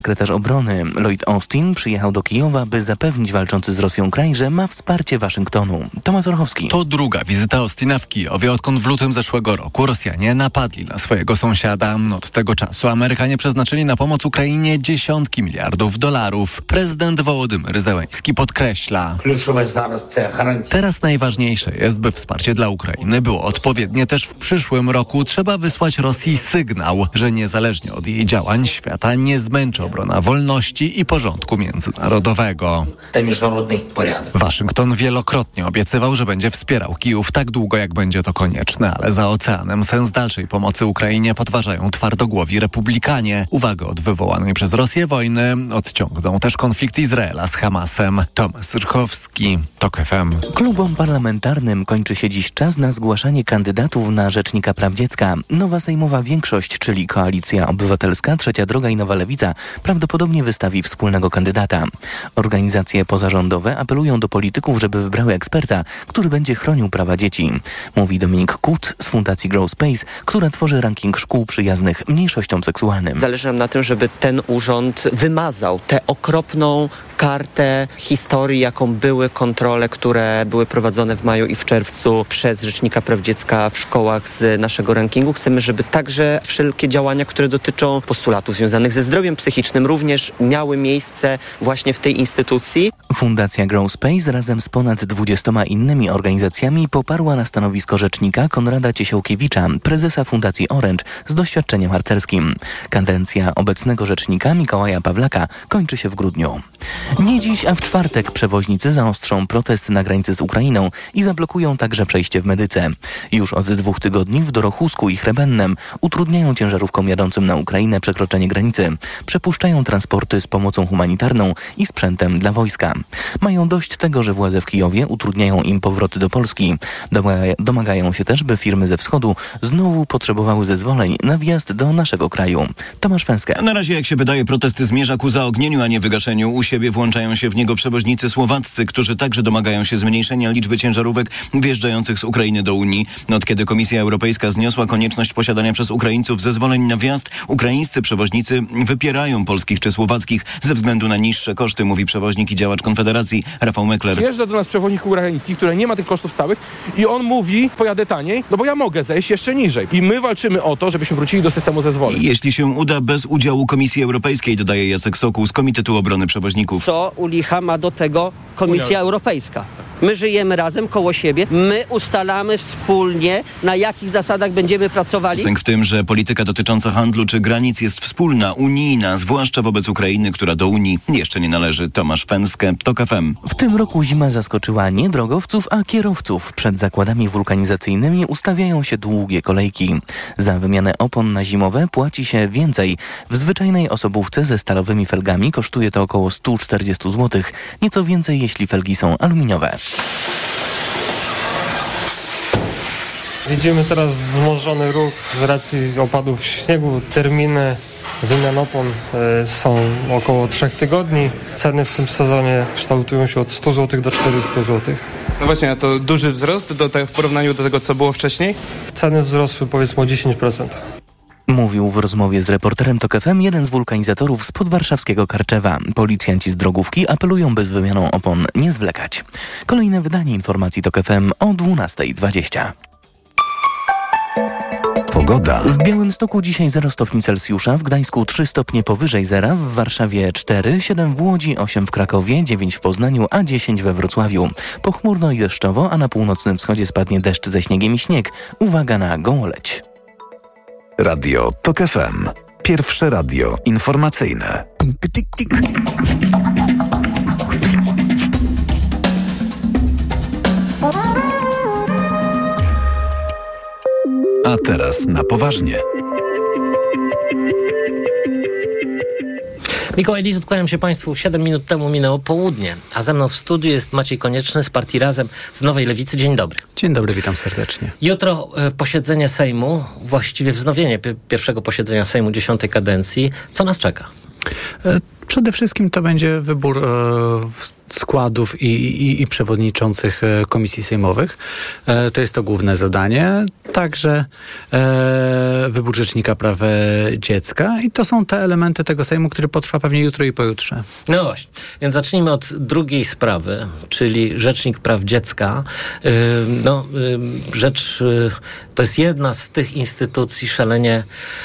Sekretarz obrony Lloyd Austin przyjechał do Kijowa, by zapewnić walczący z Rosją kraj, że ma wsparcie Waszyngtonu. Tomasz Orchowski. To druga wizyta Austina w Kijowie, odkąd w lutym zeszłego roku Rosjanie napadli na swojego sąsiada. Od tego czasu Amerykanie przeznaczyli na pomoc Ukrainie dziesiątki miliardów dolarów. Prezydent Wołodymyr Zełenski podkreśla: teraz najważniejsze jest, by wsparcie dla Ukrainy było odpowiednie też w przyszłym roku. Trzeba wysłać Rosji sygnał, że niezależnie od jej działań świata nie zmęczy obrona wolności i porządku międzynarodowego. Waszyngton wielokrotnie obiecywał, że będzie wspierał Kijów tak długo, jak będzie to konieczne, ale za oceanem sens dalszej pomocy Ukrainie podważają twardogłowi republikanie. Uwagę od wywołanej przez Rosję wojny odciągną też konflikt Izraela z Hamasem. Tomasz Rchowski, TOK FM. Klubom parlamentarnym kończy się dziś czas na zgłaszanie kandydatów na Rzecznika Praw Dziecka. Nowa sejmowa większość, czyli Koalicja Obywatelska, Trzecia Droga i Nowa Lewica, prawdopodobnie wystawi wspólnego kandydata. Organizacje pozarządowe apelują do polityków, żeby wybrały eksperta, który będzie chronił prawa dzieci. Mówi Dominik Kut z Fundacji Grow Space, która tworzy ranking szkół przyjaznych mniejszościom seksualnym. Zależy nam na tym, żeby ten urząd wymazał tę okropną kartę historii, jaką były kontrole, które były prowadzone w maju i w czerwcu przez Rzecznika Praw Dziecka w szkołach z naszego rankingu. Chcemy, żeby także wszelkie działania, które dotyczą postulatów związanych ze zdrowiem psychicznym, również miały miejsce właśnie w tej instytucji. Fundacja Grow Space razem z ponad 20 innymi organizacjami poparła na stanowisko rzecznika Konrada Ciesiałkiewicza, prezesa Fundacji Orange z doświadczeniem harcerskim. Kadencja obecnego rzecznika Mikołaja Pawlaka kończy się w grudniu. Nie dziś, a w czwartek przewoźnicy zaostrzą protest na granicy z Ukrainą i zablokują także przejście w Medyce. Już od 2 tygodni w Dorochusku i Chrebennem utrudniają ciężarówkom jadącym na Ukrainę przekroczenie granicy. Przepuszczają transporty z pomocą humanitarną i sprzętem dla wojska. Mają dość tego, że władze w Kijowie utrudniają im powroty do Polski. Domagają się też, by firmy ze wschodu znowu potrzebowały zezwoleń na wjazd do naszego kraju. Tomasz Fęskę. Na razie, jak się wydaje, protest zmierza ku zaognieniu, a nie wygaszeniu. U siebie włączają się w niego przewoźnicy słowaccy, którzy także domagają się zmniejszenia liczby ciężarówek wjeżdżających z Ukrainy do Unii. Od kiedy Komisja Europejska zniosła konieczność posiadania przez Ukraińców zezwoleń na wjazd, ukraińscy przewoźnicy wypierają polskich czy słowackich ze względu na niższe koszty, mówi przewoźnik i działacz Konfederacji Rafał Mekler. Przyjeżdża do nas przewoźnik ukraiński, który nie ma tych kosztów stałych i on mówi: pojadę taniej, no bo ja mogę zejść jeszcze niżej. I my walczymy o to, żebyśmy wrócili do systemu zezwoleń. Jeśli się uda bez udziału Komisji Europejskiej, dodaje Jacek Sokół z Komitetu Obrony Przewoźników. Co u licha ma do tego Komisja Europejska? My żyjemy razem, koło siebie. My ustalamy wspólnie, na jakich zasadach będziemy pracowali. Sęk w tym, że polityka dotycząca handlu czy granic jest wspólna, unijna, zwłaszcza wobec Ukrainy, która do Unii jeszcze nie należy. Tomasz Fęskę, TOK FM. W tym roku zima zaskoczyła nie drogowców, a kierowców. Przed zakładami wulkanizacyjnymi ustawiają się długie kolejki. Za wymianę opon na zimowe płaci się więcej. W zwyczajnej osobówce ze stalowymi felgami kosztuje to około 140 zł. Nieco więcej, jeśli felgi są aluminiowe. Widzimy teraz wzmożony ruch z racji opadów śniegu. Terminy wymian opon są około 3 tygodni. Ceny w tym sezonie kształtują się od 100 zł do 400 zł. No właśnie, a to duży wzrost w porównaniu do tego, co było wcześniej? Ceny wzrosły powiedzmy o 10%. Mówił w rozmowie z reporterem TOK FM jeden z wulkanizatorów z podwarszawskiego Karczewa. Policjanci z drogówki apelują, by z wymianą opon nie zwlekać. Kolejne wydanie informacji TOK FM o 12:20. Pogoda. W Białymstoku dzisiaj 0 stopni Celsjusza, w Gdańsku 3 stopnie powyżej zera, w Warszawie 4, 7 w Łodzi, 8 w Krakowie, 9 w Poznaniu, a 10 we Wrocławiu. Pochmurno i deszczowo, a na północnym wschodzie spadnie deszcz ze śniegiem i śnieg. Uwaga na gołoleć. Radio TOK FM. Pierwsze radio informacyjne. A teraz na poważnie. Mikołaj Lizut, kłaniam się Państwu. 7 minut temu minęło południe, a ze mną w studiu jest Maciej Konieczny z Partii Razem z Nowej Lewicy. Dzień dobry. Dzień dobry, witam serdecznie. Jutro posiedzenie Sejmu, właściwie wznowienie pierwszego posiedzenia Sejmu 10. kadencji. Co nas czeka? Przede wszystkim to będzie wybór składów i przewodniczących komisji sejmowych. To jest to główne zadanie. Także wybór Rzecznika Praw Dziecka i to są te elementy tego Sejmu, który potrwa pewnie jutro i pojutrze. No właśnie, więc zacznijmy od drugiej sprawy, czyli Rzecznik Praw Dziecka. To jest jedna z tych instytucji szalenie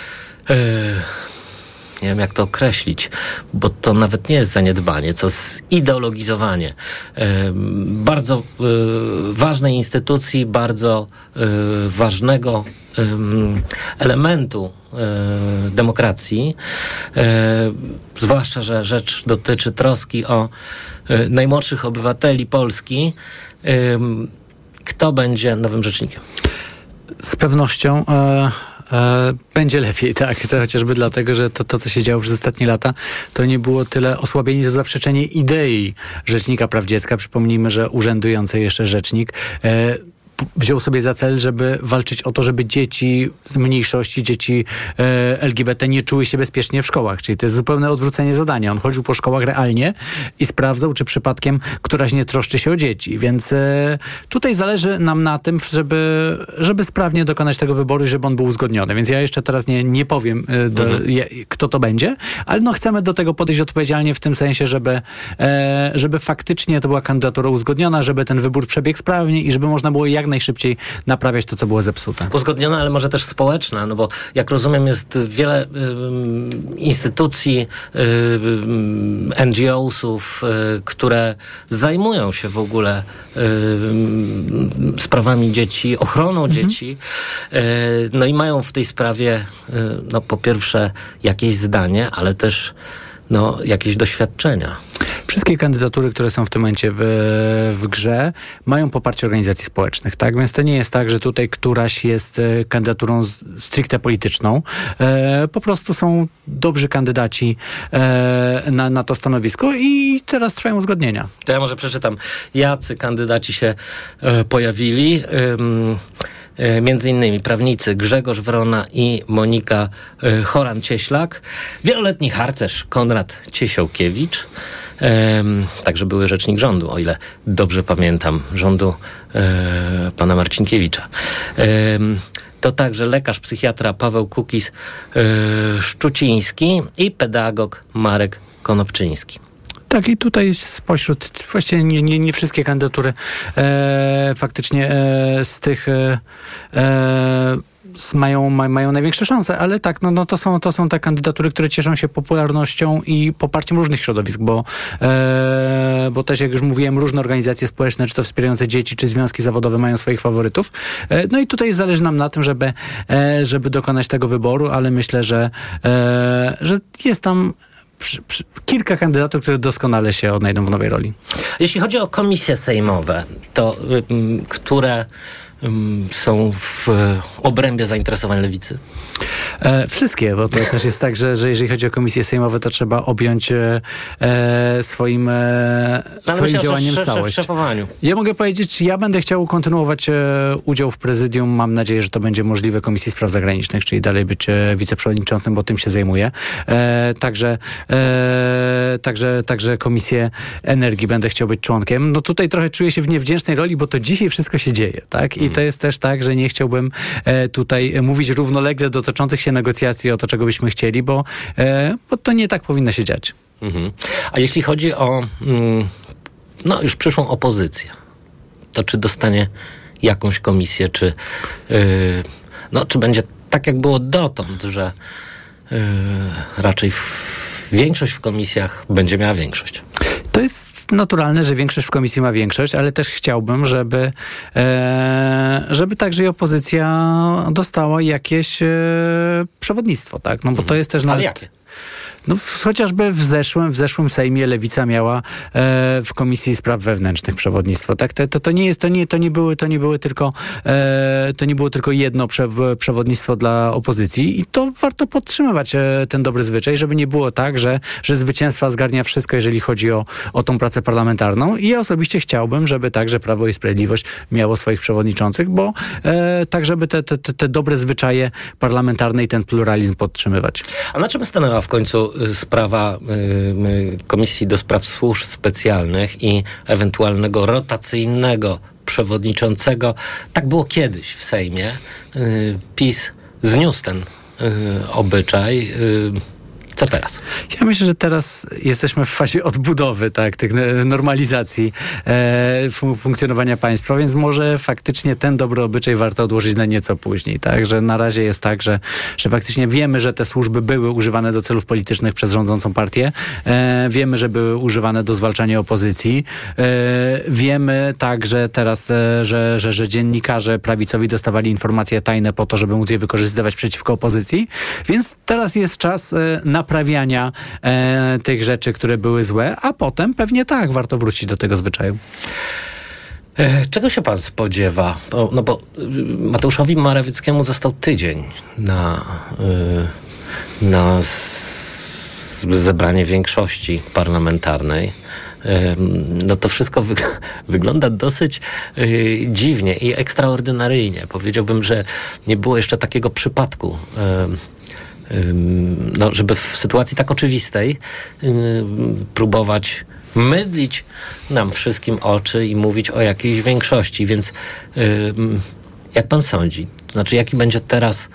nie wiem jak to określić, bo to nawet nie jest zaniedbanie, co zideologizowanie bardzo ważnej instytucji, bardzo ważnego elementu demokracji, zwłaszcza, że rzecz dotyczy troski o najmłodszych obywateli Polski. Kto będzie nowym rzecznikiem? Z pewnością będzie lepiej, tak. To chociażby dlatego, że to, co się działo przez ostatnie lata, to nie było tyle osłabienie za zaprzeczenie idei Rzecznika Praw Dziecka. Przypomnijmy, że urzędujący jeszcze rzecznik wziął sobie za cel, żeby walczyć o to, żeby dzieci z mniejszości, dzieci LGBT nie czuły się bezpiecznie w szkołach. Czyli to jest zupełne odwrócenie zadania. On chodził po szkołach realnie i sprawdzał, czy przypadkiem któraś nie troszczy się o dzieci. Więc tutaj zależy nam na tym, żeby sprawnie dokonać tego wyboru i żeby on był uzgodniony. Więc ja jeszcze teraz nie powiem, kto to będzie, ale chcemy do tego podejść odpowiedzialnie w tym sensie, żeby faktycznie to była kandydatura uzgodniona, żeby ten wybór przebiegł sprawnie i żeby można było jak najszybciej naprawiać to, co było zepsute. Uzgodniona, ale może też społeczna, bo jak rozumiem jest wiele instytucji, NGO-sów, które zajmują się w ogóle sprawami dzieci, ochroną dzieci, i mają w tej sprawie po pierwsze jakieś zdanie, ale też jakieś doświadczenia. Wszystkie kandydatury, które są w tym momencie w grze, mają poparcie organizacji społecznych, tak? Więc to nie jest tak, że tutaj któraś jest kandydaturą stricte polityczną. Po prostu są dobrzy kandydaci na to stanowisko i teraz trwają uzgodnienia. To ja może przeczytam, jacy kandydaci się pojawili. Między innymi prawnicy Grzegorz Wrona i Monika Horan-Cieślak, wieloletni harcerz Konrad Ciesiołkiewicz, także były rzecznik rządu, o ile dobrze pamiętam, rządu pana Marcinkiewicza. To także lekarz psychiatra Paweł Kukis-Szczuciński i pedagog Marek Konopczyński. Tak, i tutaj spośród właściwie nie wszystkie kandydatury faktycznie z tych mają największe szanse, ale tak, to są te kandydatury, które cieszą się popularnością i poparciem różnych środowisk, bo też, jak już mówiłem, różne organizacje społeczne, czy to wspierające dzieci, czy związki zawodowe mają swoich faworytów. No i tutaj zależy nam na tym, żeby dokonać tego wyboru, ale myślę, że jest tam kilka kandydatów, które doskonale się odnajdą w nowej roli. Jeśli chodzi o komisje sejmowe, to które są w obrębie zainteresowań lewicy? Wszystkie, bo to też jest tak, że jeżeli chodzi o komisje sejmowe, to trzeba objąć swoim działaniem całość. W szefowaniu. Ja mogę powiedzieć, ja będę chciał kontynuować udział w prezydium. Mam nadzieję, że to będzie możliwe Komisji Spraw Zagranicznych, czyli dalej być wiceprzewodniczącym, bo tym się zajmuję. Także Komisję Energii będę chciał być członkiem. Tutaj trochę czuję się w niewdzięcznej roli, bo to dzisiaj wszystko się dzieje, tak? I to jest też tak, że nie chciałbym tutaj mówić równolegle dotyczących się negocjacji o to, czego byśmy chcieli, bo to nie tak powinno się dziać. A jeśli chodzi o już przyszłą opozycję, to czy dostanie jakąś komisję, czy będzie tak, jak było dotąd, że raczej większość w komisjach będzie miała większość? To jest naturalne, że większość w komisji ma większość, ale też chciałbym, żeby także i opozycja dostała jakieś przewodnictwo, tak? Bo to jest też... Ale jakie? Chociażby w zeszłym Sejmie Lewica miała w Komisji Spraw Wewnętrznych przewodnictwo. Tak? To nie było tylko jedno przewodnictwo dla opozycji i to warto podtrzymywać ten dobry zwyczaj, żeby nie było tak, że zwycięstwa zgarnia wszystko, jeżeli chodzi o tą pracę parlamentarną. I ja osobiście chciałbym, żeby także Prawo i Sprawiedliwość miało swoich przewodniczących, bo tak, żeby te dobre zwyczaje parlamentarne i ten pluralizm podtrzymywać. A na czym stanęła w końcu sprawa Komisji do Spraw Służb Specjalnych i ewentualnego rotacyjnego przewodniczącego. Tak było kiedyś w Sejmie. PiS zniósł ten obyczaj. Co teraz? Ja myślę, że teraz jesteśmy w fazie odbudowy, tak, tych normalizacji funkcjonowania państwa, więc może faktycznie ten dobry obyczaj warto odłożyć na nieco później, tak, że na razie jest tak, że faktycznie wiemy, że te służby były używane do celów politycznych przez rządzącą partię, wiemy, że były używane do zwalczania opozycji, wiemy także teraz, że dziennikarze prawicowi dostawali informacje tajne po to, żeby móc je wykorzystywać przeciwko opozycji, więc teraz jest czas naprawiania tych rzeczy, które były złe, a potem pewnie tak, warto wrócić do tego zwyczaju. Czego się pan spodziewa? Bo Mateuszowi Morawieckiemu został tydzień na zebranie większości parlamentarnej. No to wszystko wygląda dosyć dziwnie i ekstraordynaryjnie. Powiedziałbym, że nie było jeszcze takiego przypadku, żeby w sytuacji tak oczywistej próbować mydlić nam wszystkim oczy i mówić o jakiejś większości. Więc jak pan sądzi? To znaczy, jaki będzie teraz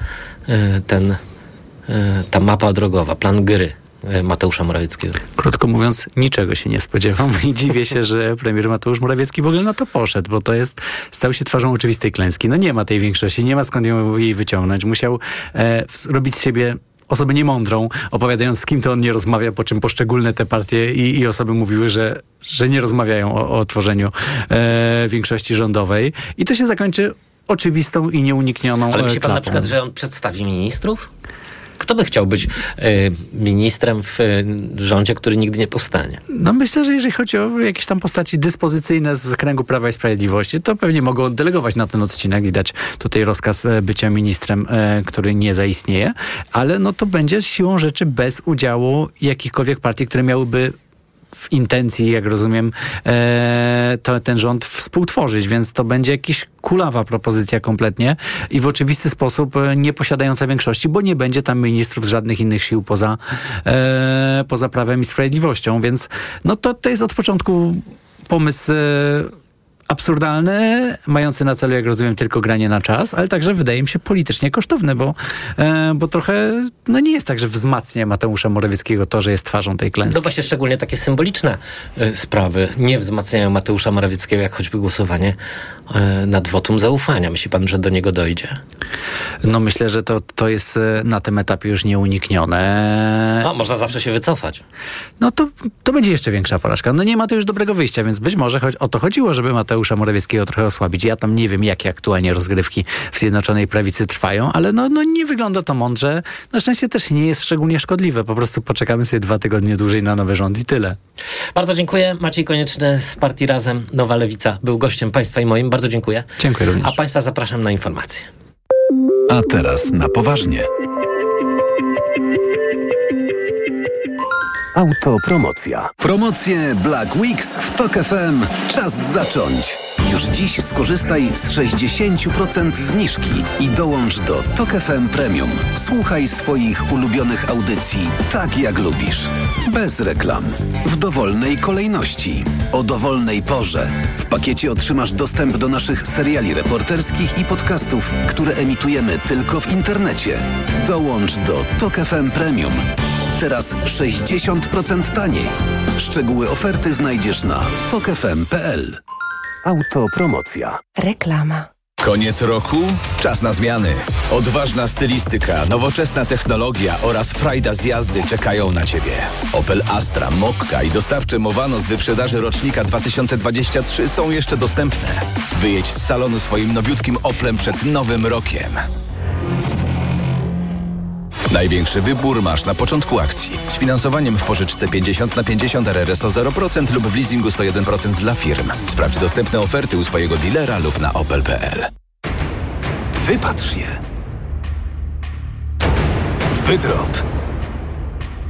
ta mapa drogowa, plan gry Mateusza Morawieckiego? Krótko mówiąc, niczego się nie spodziewam i dziwię się, że premier Mateusz Morawiecki w ogóle na to poszedł, bo to stał się twarzą oczywistej klęski. No nie ma tej większości, nie ma skąd jej wyciągnąć. Musiał robić z siebie osobę niemądrą, opowiadając, z kim to on nie rozmawia, po czym poszczególne te partie i osoby mówiły, że nie rozmawiają o tworzeniu większości rządowej. I to się zakończy oczywistą i nieuniknioną Ale myśli pan klapą. na przykład, że on przedstawi ministrów? Kto by chciał być ministrem w rządzie, który nigdy nie powstanie? No myślę, że jeżeli chodzi o jakieś tam postaci dyspozycyjne z kręgu Prawa i Sprawiedliwości, to pewnie mogą delegować na ten odcinek i dać tutaj rozkaz bycia ministrem, który nie zaistnieje, ale no to będzie siłą rzeczy bez udziału jakichkolwiek partii, które miałyby w intencji, jak rozumiem, ten rząd współtworzyć, więc to będzie jakaś kulawa propozycja kompletnie i w oczywisty sposób nie posiadająca większości, bo nie będzie tam ministrów z żadnych innych sił poza Prawem i Sprawiedliwością, więc no to jest od początku pomysł absurdalny, mający na celu, jak rozumiem, tylko granie na czas, ale także wydaje mi się politycznie kosztowny, bo trochę nie jest tak, że wzmacnia Mateusza Morawieckiego to, że jest twarzą tej klęski. No właśnie szczególnie takie symboliczne sprawy nie wzmacniają Mateusza Morawieckiego, jak choćby głosowanie nad wotum zaufania. Myśli pan, że do niego dojdzie? No myślę, że to jest na tym etapie już nieuniknione. No, można zawsze się wycofać. No to będzie jeszcze większa porażka. No nie ma to już dobrego wyjścia, więc być może o to chodziło, żeby Mateusza Morawieckiego trochę osłabić. Ja tam nie wiem, jakie aktualnie rozgrywki w Zjednoczonej Prawicy trwają, ale no nie wygląda to mądrze. Na szczęście też nie jest szczególnie szkodliwe. Po prostu poczekamy sobie 2 tygodnie dłużej na nowy rząd i tyle. Bardzo dziękuję. Maciej Konieczny z Partii Razem, Nowa Lewica, był gościem państwa i moim. Bardzo dziękuję. Dziękuję również. A państwa zapraszam na informacje. A teraz na poważnie. Autopromocja. Promocje Black Weeks w TOK FM. Czas zacząć. Już dziś skorzystaj z 60% zniżki i dołącz do TOK FM Premium. Słuchaj swoich ulubionych audycji tak jak lubisz. Bez reklam. W dowolnej kolejności. O dowolnej porze. W pakiecie otrzymasz dostęp do naszych seriali reporterskich i podcastów, które emitujemy tylko w internecie. Dołącz do TOK FM Premium. Teraz 60% taniej. Szczegóły oferty znajdziesz na tokfm.pl. Autopromocja. Reklama. Koniec roku? Czas na zmiany. Odważna stylistyka, nowoczesna technologia oraz frajda z jazdy czekają na Ciebie. Opel Astra, Mokka i dostawcze Movano z wyprzedaży rocznika 2023 są jeszcze dostępne. Wyjedź z salonu swoim nowiutkim Oplem przed nowym rokiem. Największy wybór masz na początku akcji. Z finansowaniem w pożyczce 50/50 RRSO 0% lub w leasingu 101% dla firm. Sprawdź dostępne oferty u swojego dealera lub na opel.pl. Wypatrz je. Wydrop.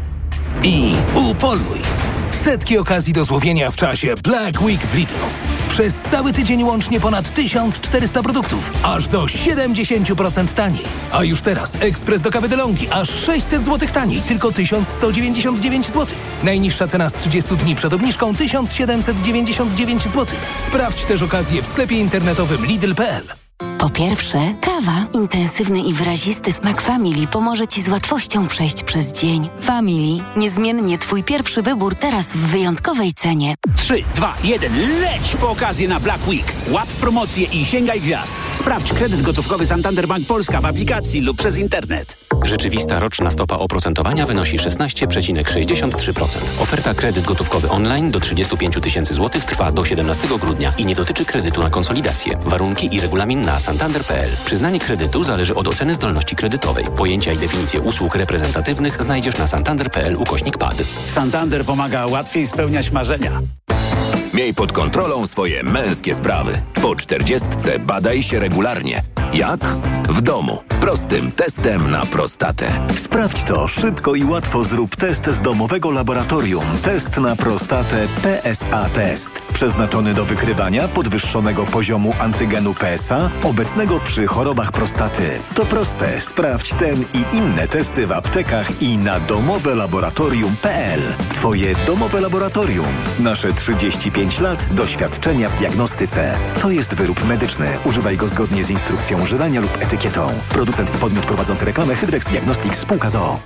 I upoluj. Setki okazji do złowienia w czasie Black Week w Lidlu. Przez cały tydzień łącznie ponad 1400 produktów. Aż do 70% taniej. A już teraz ekspres do kawy DeLonghi aż 600 zł taniej. Tylko 1199 zł. Najniższa cena z 30 dni przed obniżką 1799 zł. Sprawdź też okazję w sklepie internetowym Lidl.pl. Po pierwsze, kawa. Intensywny i wyrazisty smak Family pomoże Ci z łatwością przejść przez dzień. Family. Niezmiennie Twój pierwszy wybór teraz w wyjątkowej cenie. 3, 2, 1, leć po okazję na Black Week. Łap promocje i sięgaj gwiazd. Sprawdź kredyt gotówkowy Santander Bank Polska w aplikacji lub przez internet. Rzeczywista roczna stopa oprocentowania wynosi 16,63%. Oferta kredyt gotówkowy online do 35 000 zł trwa do 17 grudnia i nie dotyczy kredytu na konsolidację. Warunki i regulamin na santander.pl. Przyznanie kredytu zależy od oceny zdolności kredytowej. Pojęcia i definicje usług reprezentatywnych znajdziesz na santander.pl/pad. Santander pomaga łatwiej spełniać marzenia. Miej pod kontrolą swoje męskie sprawy. Po 40 badaj się regularnie. Jak? W domu. Prostym testem na prostatę. Sprawdź to szybko i łatwo. Zrób test z domowego laboratorium. Test na prostatę PSA Test. Przeznaczony do wykrywania podwyższonego poziomu antygenu PSA obecnego przy chorobach prostaty. To proste. Sprawdź ten i inne testy w aptekach i na domowelaboratorium.pl. Twoje domowe laboratorium. Nasze 35 lat doświadczenia w diagnostyce. To jest wyrób medyczny. Używaj go zgodnie z instrukcją używania lub etykietą. Producent i podmiot prowadzący reklamę Hydrex Diagnostics spółka z o.o.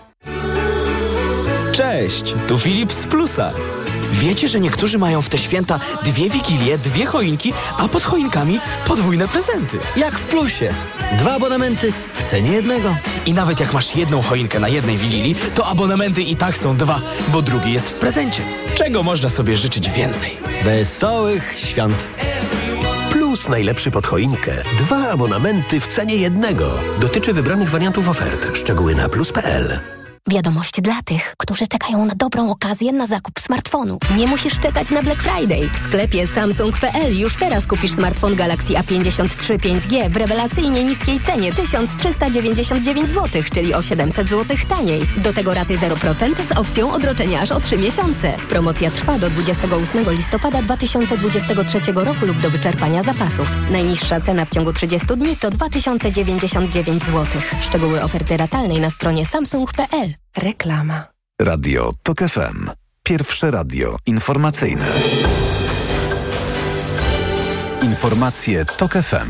Cześć, tu Filip z Plusa. Wiecie, że niektórzy mają w te święta 2 wigilie, 2 choinki, a pod choinkami podwójne prezenty. Jak w Plusie. 2 abonamenty w cenie jednego. I nawet jak masz jedną choinkę na jednej wigilii, to abonamenty i tak są 2, bo drugi jest w prezencie. Czego można sobie życzyć więcej? Wesołych świąt. Plus najlepszy pod choinkę. 2 abonamenty w cenie jednego. Dotyczy wybranych wariantów ofert. Szczegóły na plus.pl. Wiadomość dla tych, którzy czekają na dobrą okazję na zakup smartfonu. Nie musisz czekać na Black Friday. W sklepie Samsung.pl już teraz kupisz smartfon Galaxy A53 5G w rewelacyjnie niskiej cenie 1399 zł, czyli o 700 zł taniej. Do tego raty 0% z opcją odroczenia aż o 3 miesiące. Promocja trwa do 28 listopada 2023 roku lub do wyczerpania zapasów. Najniższa cena w ciągu 30 dni to 2099 zł. Szczegóły oferty ratalnej na stronie Samsung.pl. Reklama. Radio TOK FM. Pierwsze radio informacyjne. Informacje TOK FM.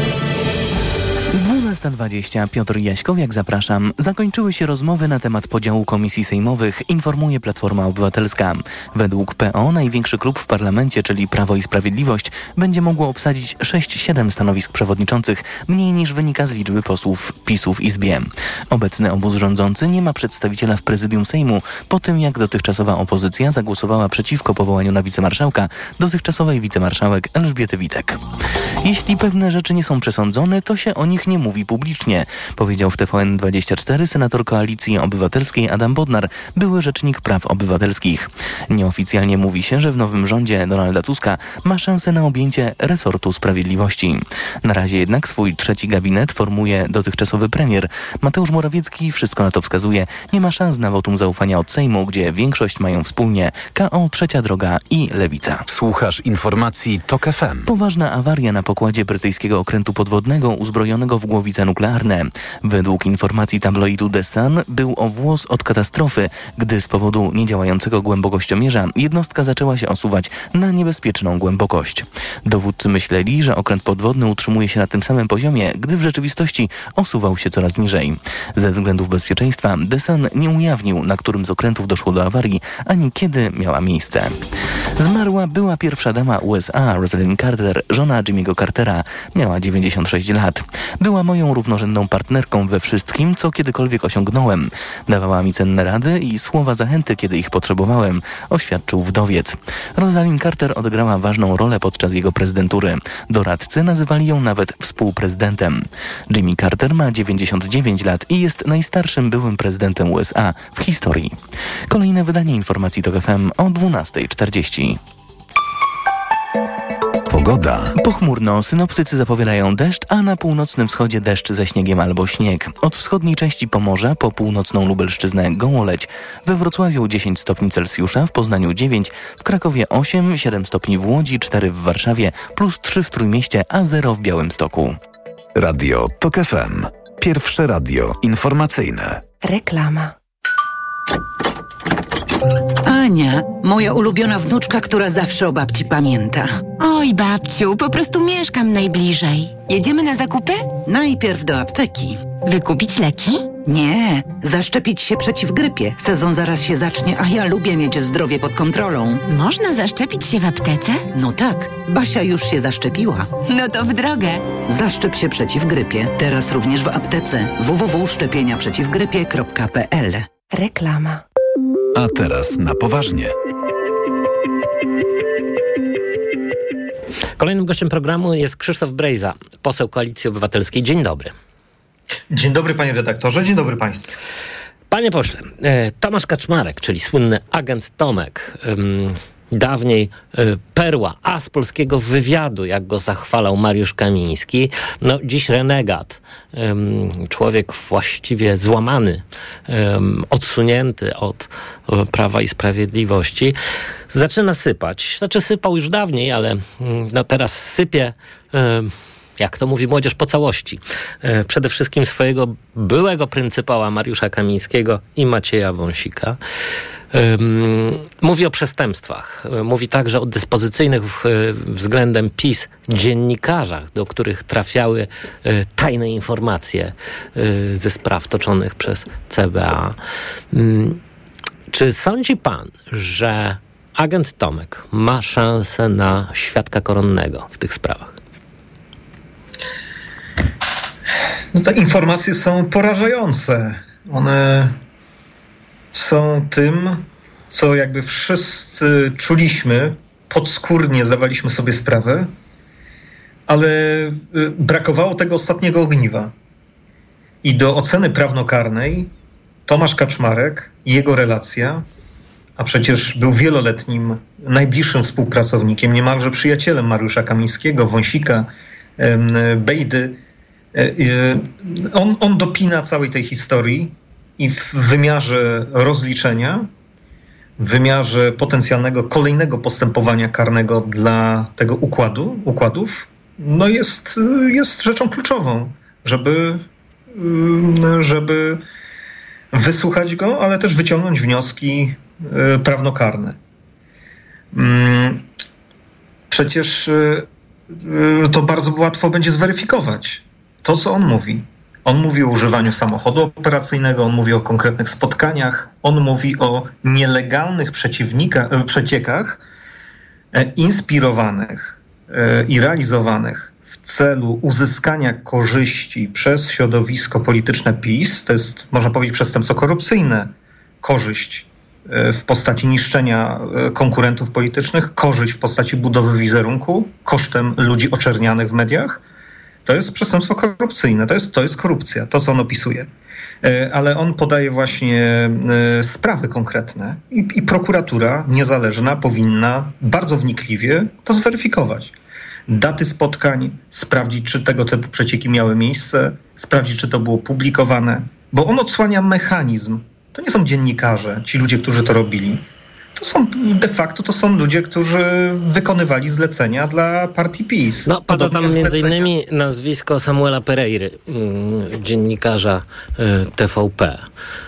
12:20. Piotr Jaśkowiak, zapraszam. Zakończyły się rozmowy na temat podziału komisji sejmowych, informuje Platforma Obywatelska. Według PO największy klub w parlamencie, czyli Prawo i Sprawiedliwość, będzie mogło obsadzić 6-7 stanowisk przewodniczących, mniej niż wynika z liczby posłów PiS-u w Izbie. Obecny obóz rządzący nie ma przedstawiciela w prezydium Sejmu, po tym jak dotychczasowa opozycja zagłosowała przeciwko powołaniu na wicemarszałka dotychczasowej wicemarszałek Elżbiety Witek. Jeśli pewne rzeczy nie są przesądzone, to się o nich nie mówi publicznie, powiedział w TVN24 senator Koalicji Obywatelskiej Adam Bodnar, były rzecznik praw obywatelskich. Nieoficjalnie mówi się, że w nowym rządzie Donalda Tuska ma szansę na objęcie resortu sprawiedliwości. Na razie jednak swój trzeci gabinet formuje dotychczasowy premier. Mateusz Morawiecki, wszystko na to wskazuje, nie ma szans na wotum zaufania od Sejmu, gdzie większość mają wspólnie KO, Trzecia Droga i Lewica. Słuchasz informacji TOK FM. Poważna awaria na pokładzie brytyjskiego okrętu podwodnego uzbrojonego w głowice nuklearne. Według informacji tabloidu The Sun był o włos od katastrofy, gdy z powodu niedziałającego głębokościomierza jednostka zaczęła się osuwać na niebezpieczną głębokość. Dowódcy myśleli, że okręt podwodny utrzymuje się na tym samym poziomie, gdy w rzeczywistości osuwał się coraz niżej. Ze względów bezpieczeństwa The Sun nie ujawnił, na którym z okrętów doszło do awarii, ani kiedy miała miejsce. Zmarła była pierwsza dama USA, Rosalind Carter, żona Jimmy'ego Cartera. Miała 96 lat. Była moją równorzędną partnerką we wszystkim, co kiedykolwiek osiągnąłem. Dawała mi cenne rady i słowa zachęty, kiedy ich potrzebowałem, oświadczył wdowiec. Rosalind Carter odegrała ważną rolę podczas jego prezydentury. Doradcy nazywali ją nawet współprezydentem. Jimmy Carter ma 99 lat i jest najstarszym byłym prezydentem USA w historii. Kolejne wydanie informacji TOK FM o 12:40. Pogoda. Pochmurno, synoptycy zapowiadają deszcz, a na północnym wschodzie deszcz ze śniegiem albo śnieg. Od wschodniej części Pomorza po północną Lubelszczyznę gołoleć. We Wrocławiu 10 stopni Celsjusza, w Poznaniu 9, w Krakowie 8, 7 stopni w Łodzi, 4 w Warszawie, plus 3 w Trójmieście, a 0 w Białymstoku. Radio TOK FM. Pierwsze radio informacyjne. Reklama. Ania, moja ulubiona wnuczka, która zawsze o babci pamięta. Oj, babciu, po prostu mieszkam najbliżej. Jedziemy na zakupy? Najpierw do apteki. Wykupić leki? Nie, zaszczepić się przeciw grypie. Sezon zaraz się zacznie, a ja lubię mieć zdrowie pod kontrolą. Można zaszczepić się w aptece? No tak, Basia już się zaszczepiła. No to w drogę. Zaszczep się przeciw grypie. Teraz również w aptece. www.szczepieniaprzeciwgrypie.pl. Reklama. A teraz na poważnie. Kolejnym gościem programu jest Krzysztof Brejza, poseł Koalicji Obywatelskiej. Dzień dobry. Dzień dobry, panie redaktorze, dzień dobry państwu. Panie pośle, Tomasz Kaczmarek, czyli słynny agent Tomek, dawniej perła, as polskiego wywiadu, jak go zachwalał Mariusz Kamiński, no dziś renegat, człowiek właściwie złamany, odsunięty od Prawa i Sprawiedliwości, zaczyna sypać. Znaczy sypał już dawniej, ale no teraz sypie, jak to mówi młodzież, po całości. Przede wszystkim swojego byłego pryncypała Mariusza Kamińskiego i Macieja Wąsika. Mówi o przestępstwach. Mówi także o dyspozycyjnych względem PiS dziennikarzach, do których trafiały tajne informacje ze spraw toczonych przez CBA. Czy sądzi pan, że agent Tomek ma szansę na świadka koronnego w tych sprawach? No te informacje są porażające. One są tym, co jakby wszyscy czuliśmy, podskórnie zdawaliśmy sobie sprawę, ale brakowało tego ostatniego ogniwa. I do oceny prawnokarnej Tomasz Kaczmarek i jego relacja, a przecież był wieloletnim, najbliższym współpracownikiem, niemalże przyjacielem Mariusza Kamińskiego, Wąsika, Bejdy, on dopina całej tej historii i w wymiarze rozliczenia, w wymiarze potencjalnego kolejnego postępowania karnego dla tego układów, no jest rzeczą kluczową, żeby wysłuchać go, ale też wyciągnąć wnioski prawnokarne. Przecież to bardzo łatwo będzie zweryfikować to, co on mówi. On mówi o używaniu samochodu operacyjnego, on mówi o konkretnych spotkaniach, on mówi o nielegalnych przeciekach inspirowanych i realizowanych w celu uzyskania korzyści przez środowisko polityczne PiS. To jest, można powiedzieć, przestępstwo korupcyjne. Korzyść w postaci niszczenia konkurentów politycznych, korzyść w postaci budowy wizerunku kosztem ludzi oczernianych w mediach. To jest przestępstwo korupcyjne, to jest korupcja, to co on opisuje. Ale on podaje właśnie sprawy konkretne i prokuratura niezależna powinna bardzo wnikliwie to zweryfikować. Daty spotkań, sprawdzić, czy tego typu przecieki miały miejsce, sprawdzić, czy to było publikowane, bo on odsłania mechanizm. To nie są dziennikarze, ci ludzie, którzy to robili. To są ludzie, którzy wykonywali zlecenia dla partii PiS. No, pada tam między innymi nazwisko Samuela Pereiry, dziennikarza TVP.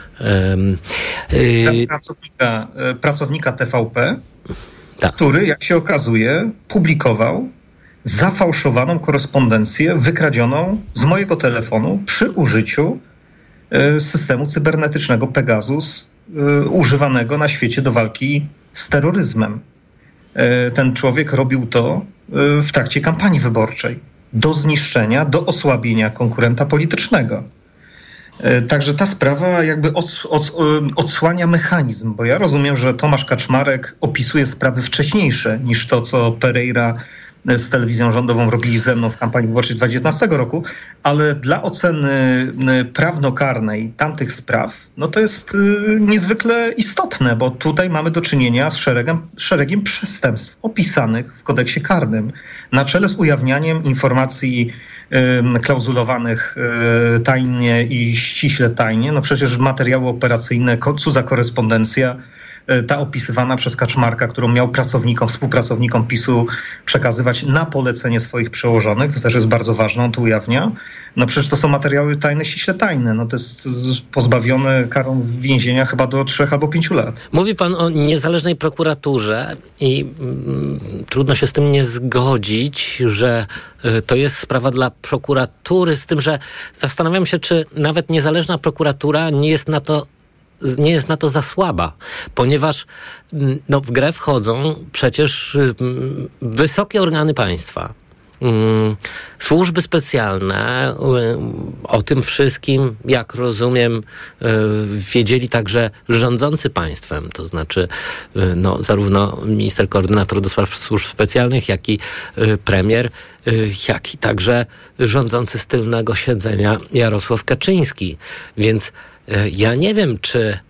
Pracownika TVP, tak, który, jak się okazuje, publikował zafałszowaną korespondencję wykradzioną z mojego telefonu przy użyciu systemu cybernetycznego Pegasus, używanego na świecie do walki z terroryzmem. Ten człowiek robił to w trakcie kampanii wyborczej do zniszczenia, do osłabienia konkurenta politycznego. Także ta sprawa jakby odsłania mechanizm, bo ja rozumiem, że Tomasz Kaczmarek opisuje sprawy wcześniejsze niż to, co Pereira z telewizją rządową robili ze mną w kampanii wyborczej 2019 roku, ale dla oceny prawnokarnej tamtych spraw, no to jest niezwykle istotne, bo tutaj mamy do czynienia z szeregiem przestępstw opisanych w kodeksie karnym, na czele z ujawnianiem informacji klauzulowanych tajnie i ściśle tajnie. No przecież materiały operacyjne, cudza korespondencja, ta opisywana przez Kaczmarka, którą miał współpracownikom PiS-u przekazywać na polecenie swoich przełożonych, to też jest bardzo ważne, on to ujawnia. No przecież to są materiały tajne, ściśle tajne. No to jest pozbawione karą więzienia chyba do 3 albo 5 lat. Mówi pan o niezależnej prokuraturze i trudno się z tym nie zgodzić, że to jest sprawa dla prokuratury, z tym, że zastanawiam się, czy nawet niezależna prokuratura nie jest na to za słaba, ponieważ w grę wchodzą przecież wysokie organy państwa, służby specjalne. O tym wszystkim, jak rozumiem, wiedzieli także rządzący państwem, to znaczy zarówno minister koordynator do spraw służb specjalnych, jak i premier, jak i także rządzący z tylnego siedzenia Jarosław Kaczyński. Więc ja nie wiem,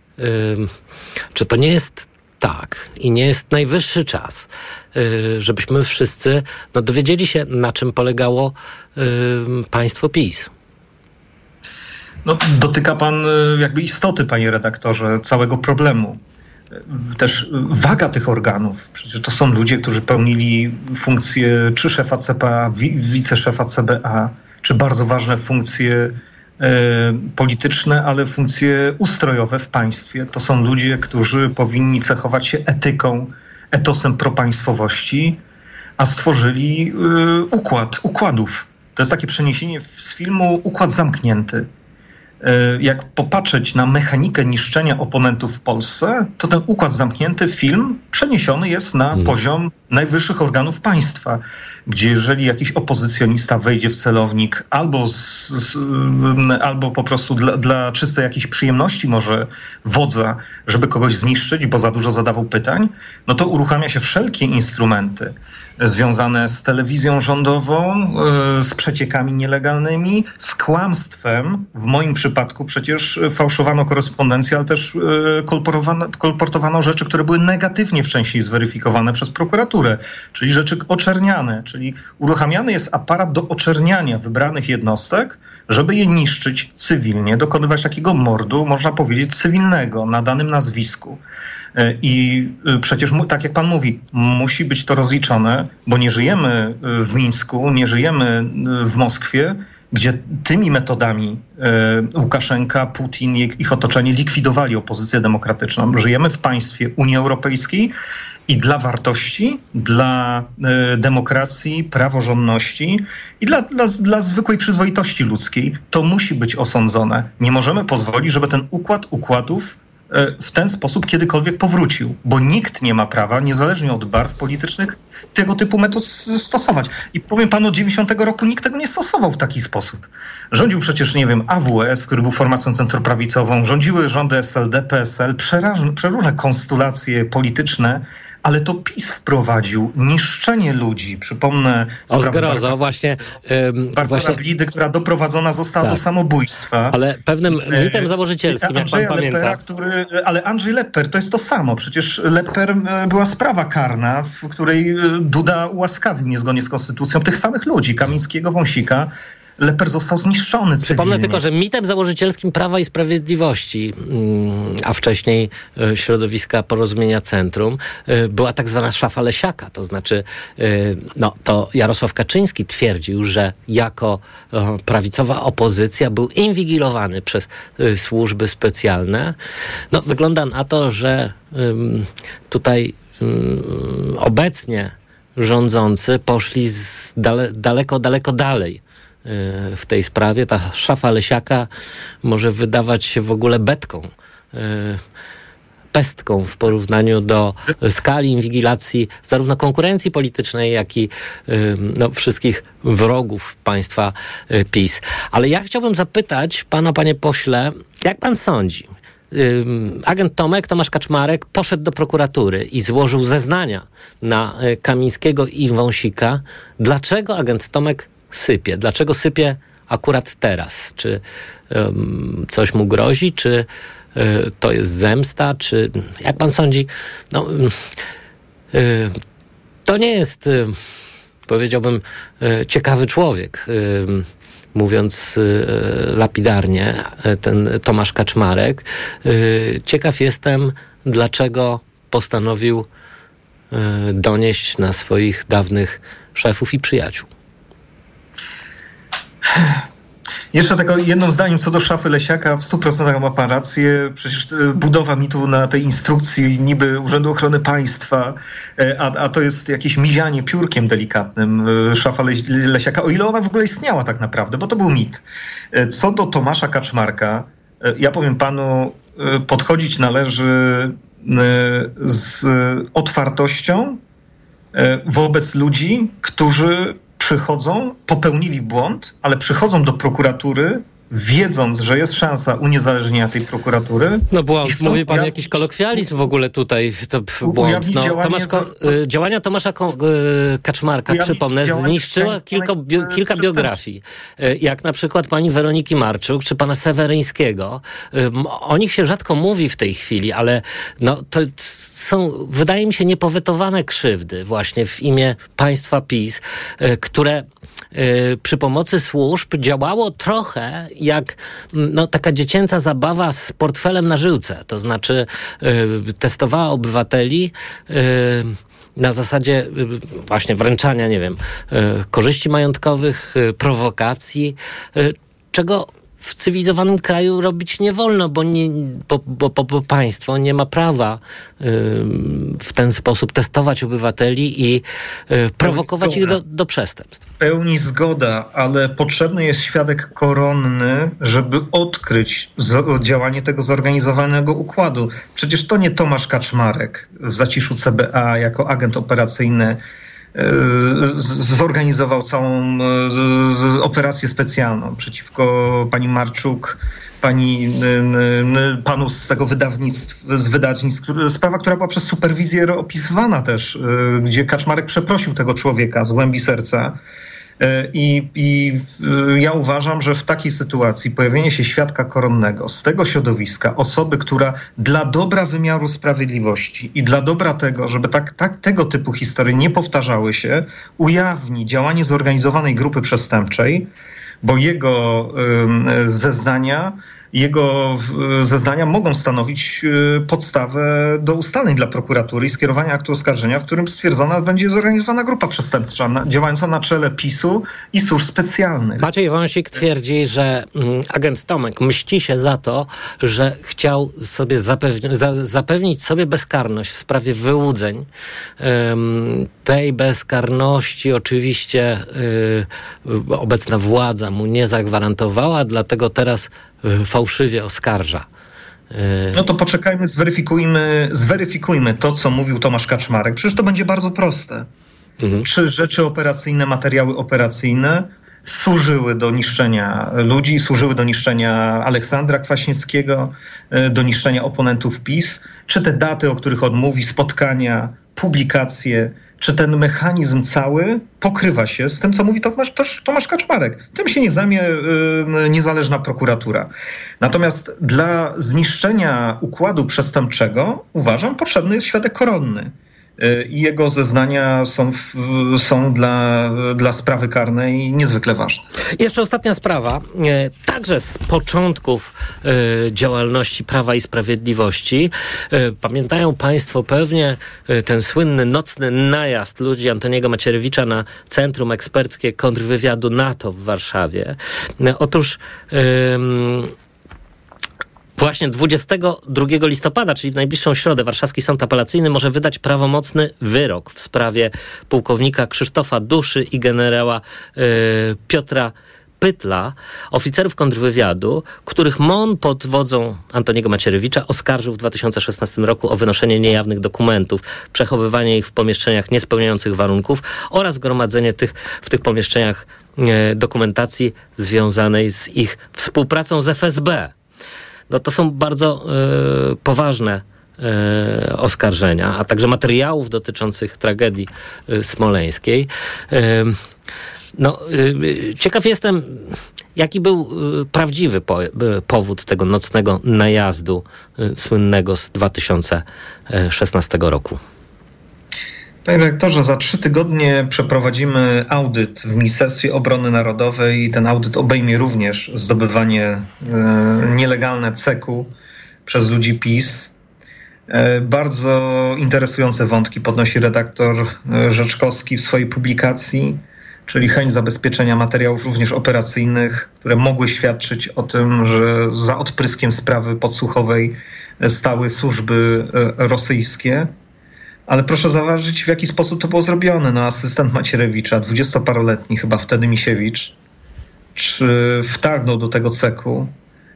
czy to nie jest tak i nie jest najwyższy czas, żebyśmy wszyscy dowiedzieli się, na czym polegało państwo PiS. No, dotyka pan jakby istoty, panie redaktorze, całego problemu. Też waga tych organów. Przecież to są ludzie, którzy pełnili funkcje czy szefa CPA, wiceszefa CBA, czy bardzo ważne funkcje polityczne, ale funkcje ustrojowe w państwie. To są ludzie, którzy powinni cechować się etyką, etosem propaństwowości, a stworzyli układów. To jest takie przeniesienie z filmu Układ Zamknięty. Jak popatrzeć na mechanikę niszczenia oponentów w Polsce, to ten Układ Zamknięty, film, przeniesiony jest na poziom najwyższych organów państwa, gdzie jeżeli jakiś opozycjonista wejdzie w celownik albo po prostu dla czystej jakiejś przyjemności może wodza, żeby kogoś zniszczyć, bo za dużo zadawał pytań, no to uruchamia się wszelkie instrumenty związane z telewizją rządową, z przeciekami nielegalnymi, z kłamstwem. W moim przypadku przecież fałszowano korespondencję, ale też kolportowano rzeczy, które były negatywnie wcześniej zweryfikowane przez prokuraturę, czyli rzeczy oczerniane, czyli uruchamiany jest aparat do oczerniania wybranych jednostek, żeby je niszczyć cywilnie, dokonywać takiego mordu, można powiedzieć, cywilnego na danym nazwisku. I przecież, tak jak pan mówi, musi być to rozliczone, bo nie żyjemy w Mińsku, nie żyjemy w Moskwie, gdzie tymi metodami Łukaszenka, Putin i ich otoczenie likwidowali opozycję demokratyczną. Żyjemy w państwie Unii Europejskiej i dla wartości, dla demokracji, praworządności i dla zwykłej przyzwoitości ludzkiej to musi być osądzone. Nie możemy pozwolić, żeby ten układ układów w ten sposób kiedykolwiek powrócił, bo nikt nie ma prawa, niezależnie od barw politycznych, tego typu metod stosować. I powiem panu, od 90 roku nikt tego nie stosował w taki sposób. Rządził przecież, nie wiem, AWS, który był formacją centroprawicową, rządziły rządy SLD, PSL, przeróżne konstulacje polityczne, ale to PiS wprowadził niszczenie ludzi. Przypomnę sprawę Barbara Blidy, która doprowadzona została do samobójstwa. Ale pewnym mitem założycielskim, jak pan pamięta. Ale Andrzej Lepper, to jest to samo. Przecież Lepper była sprawa karna, w której Duda ułaskawił niezgodnie z konstytucją tych samych ludzi, Kamińskiego, Wąsika. Lepper został zniszczony. Przypomnę tylko, że mitem założycielskim Prawa i Sprawiedliwości, a wcześniej środowiska Porozumienia Centrum, była tak zwana szafa Lesiaka. To znaczy, to Jarosław Kaczyński twierdził, że jako prawicowa opozycja był inwigilowany przez służby specjalne. No, wygląda na to, że tutaj obecnie rządzący poszli daleko dalej w tej sprawie. Ta szafa Lesiaka może wydawać się w ogóle betką, pestką w porównaniu do skali inwigilacji zarówno konkurencji politycznej, jak i wszystkich wrogów państwa PiS. Ale ja chciałbym zapytać pana, panie pośle, jak pan sądzi, agent Tomasz Kaczmarek poszedł do prokuratury i złożył zeznania na Kamińskiego i Wąsika. Dlaczego agent Tomek sypie? Dlaczego sypie akurat teraz? Czy coś mu grozi? Czy to jest zemsta? Czy jak pan sądzi? To nie jest, powiedziałbym, ciekawy człowiek. Mówiąc lapidarnie, ten Tomasz Kaczmarek. Ciekaw jestem, dlaczego postanowił donieść na swoich dawnych szefów i przyjaciół. Jeszcze tylko jednym zdaniem co do szafy Lesiaka, w 100% ma pan rację. Przecież budowa mitu na tej instrukcji niby Urzędu Ochrony Państwa, a to jest jakieś mizianie piórkiem delikatnym szafa Lesiaka, o ile ona w ogóle istniała tak naprawdę, bo to był mit. Co do Tomasza Kaczmarka, ja powiem panu, podchodzić należy z otwartością wobec ludzi, którzy popełnili błąd, ale przychodzą do prokuratury, wiedząc, że jest szansa uniezależnienia tej prokuratury. No błąd, mówi pan jakiś kolokwializm w ogóle tutaj, to błąd. No, działania Tomasza Kaczmarka, przypomnę, zniszczyła kilka biografii. Jak na przykład pani Weroniki Marczuk, czy pana Seweryńskiego. O nich się rzadko mówi w tej chwili, ale no, to są, wydaje mi się, niepowetowane krzywdy właśnie w imię państwa PiS, które przy pomocy służb działało trochę jak taka dziecięca zabawa z portfelem na żyłce. To znaczy testowała obywateli na zasadzie właśnie wręczania, nie wiem, korzyści majątkowych, prowokacji, czego w cywilizowanym kraju robić nie wolno, bo państwo nie ma prawa w ten sposób testować obywateli i prowokować ich do przestępstw. W pełni zgoda, ale potrzebny jest świadek koronny, żeby odkryć działanie tego zorganizowanego układu. Przecież to nie Tomasz Kaczmarek w zaciszu CBA jako agent operacyjny zorganizował całą operację specjalną przeciwko pani Marczuk, panu z tego wydawnictw, sprawa, która była przez superwizję opisywana też, gdzie Kaczmarek przeprosił tego człowieka z głębi serca. I ja uważam, że w takiej sytuacji pojawienie się świadka koronnego z tego środowiska, osoby, która dla dobra wymiaru sprawiedliwości i dla dobra tego, żeby tego typu historie nie powtarzały się, ujawni działanie zorganizowanej grupy przestępczej, bo jego zeznania mogą stanowić podstawę do ustaleń dla prokuratury i skierowania aktu oskarżenia, w którym stwierdzona będzie zorganizowana grupa przestępcza działająca na czele PiS-u i służb specjalnych. Maciej Wąsik twierdzi, że agent Tomek mści się za to, że chciał sobie zapewnić sobie bezkarność w sprawie wyłudzeń. Tej bezkarności oczywiście obecna władza mu nie zagwarantowała, dlatego teraz fałszywie oskarża. No to poczekajmy, zweryfikujmy to, co mówił Tomasz Kaczmarek. Przecież to będzie bardzo proste. Czy rzeczy operacyjne, materiały operacyjne służyły do niszczenia ludzi, służyły do niszczenia Aleksandra Kwaśniewskiego, do niszczenia oponentów PiS? Czy te daty, o których on mówi, spotkania, publikacje, czy ten mechanizm cały pokrywa się z tym, co mówi Tomasz Kaczmarek? Tym się nie zajmie niezależna prokuratura. Natomiast dla zniszczenia układu przestępczego, uważam, potrzebny jest świadek koronny. I jego zeznania są dla sprawy karnej niezwykle ważne. Jeszcze ostatnia sprawa, także z początków działalności Prawa i Sprawiedliwości. Pamiętają państwo pewnie ten słynny nocny najazd ludzi Antoniego Macierewicza na Centrum Eksperckie Kontrwywiadu NATO w Warszawie. Otóż właśnie 22 listopada, czyli w najbliższą środę, Warszawski Sąd Apelacyjny może wydać prawomocny wyrok w sprawie pułkownika Krzysztofa Duszy i generała Piotra Pytla, oficerów kontrwywiadu, których MON pod wodzą Antoniego Macierewicza oskarżył w 2016 roku o wynoszenie niejawnych dokumentów, przechowywanie ich w pomieszczeniach niespełniających warunków oraz gromadzenie w tych pomieszczeniach dokumentacji związanej z ich współpracą z FSB. no to są bardzo poważne oskarżenia, a także materiałów dotyczących tragedii smoleńskiej. Ciekaw jestem, jaki był prawdziwy powód tego nocnego najazdu słynnego z 2016 roku. Panie redaktorze, za 3 tygodnie przeprowadzimy audyt w Ministerstwie Obrony Narodowej i ten audyt obejmie również zdobywanie nielegalne ceku przez ludzi PiS. Bardzo interesujące wątki podnosi redaktor Rzeczkowski w swojej publikacji, czyli chęć zabezpieczenia materiałów również operacyjnych, które mogły świadczyć o tym, że za odpryskiem sprawy podsłuchowej stały służby rosyjskie. Ale proszę zauważyć, w jaki sposób to było zrobione. Asystent Macierewicza, 20-paroletni chyba wtedy Misiewicz, wtargnął do tego ceku,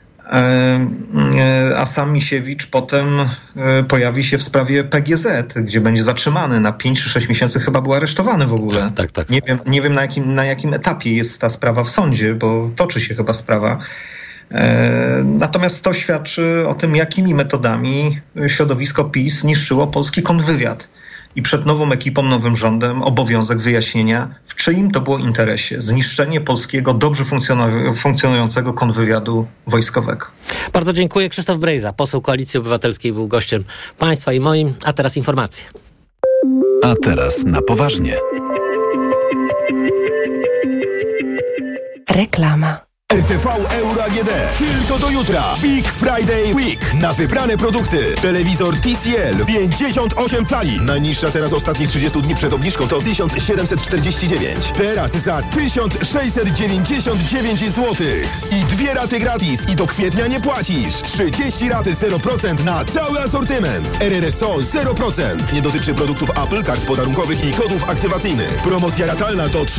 a sam Misiewicz potem pojawi się w sprawie PGZ, gdzie będzie zatrzymany na 5 czy 6 miesięcy, chyba był aresztowany w ogóle. Tak. Nie wiem na jakim etapie jest ta sprawa w sądzie, bo toczy się chyba sprawa. Natomiast to świadczy o tym, jakimi metodami środowisko PiS niszczyło polski kontrwywiad. I przed nową ekipą, nowym rządem obowiązek wyjaśnienia, w czyim to było interesie zniszczenie polskiego, dobrze funkcjonującego kontrwywiadu wojskowego. Bardzo dziękuję. Krzysztof Brejza, poseł Koalicji Obywatelskiej, był gościem państwa i moim. A teraz informacje. A teraz na poważnie. Reklama. RTV Euro AGD. Tylko do jutra. Big Friday Week. Na wybrane produkty. Telewizor TCL 58 cali. Najniższa teraz ostatnich 30 dni przed obniżką to 1749. Teraz za 1699 zł. I 2 raty gratis. I do kwietnia nie płacisz. 30 raty 0% na cały asortyment. RRSO 0%. Nie dotyczy produktów Apple, kart podarunkowych i kodów aktywacyjnych. Promocja ratalna do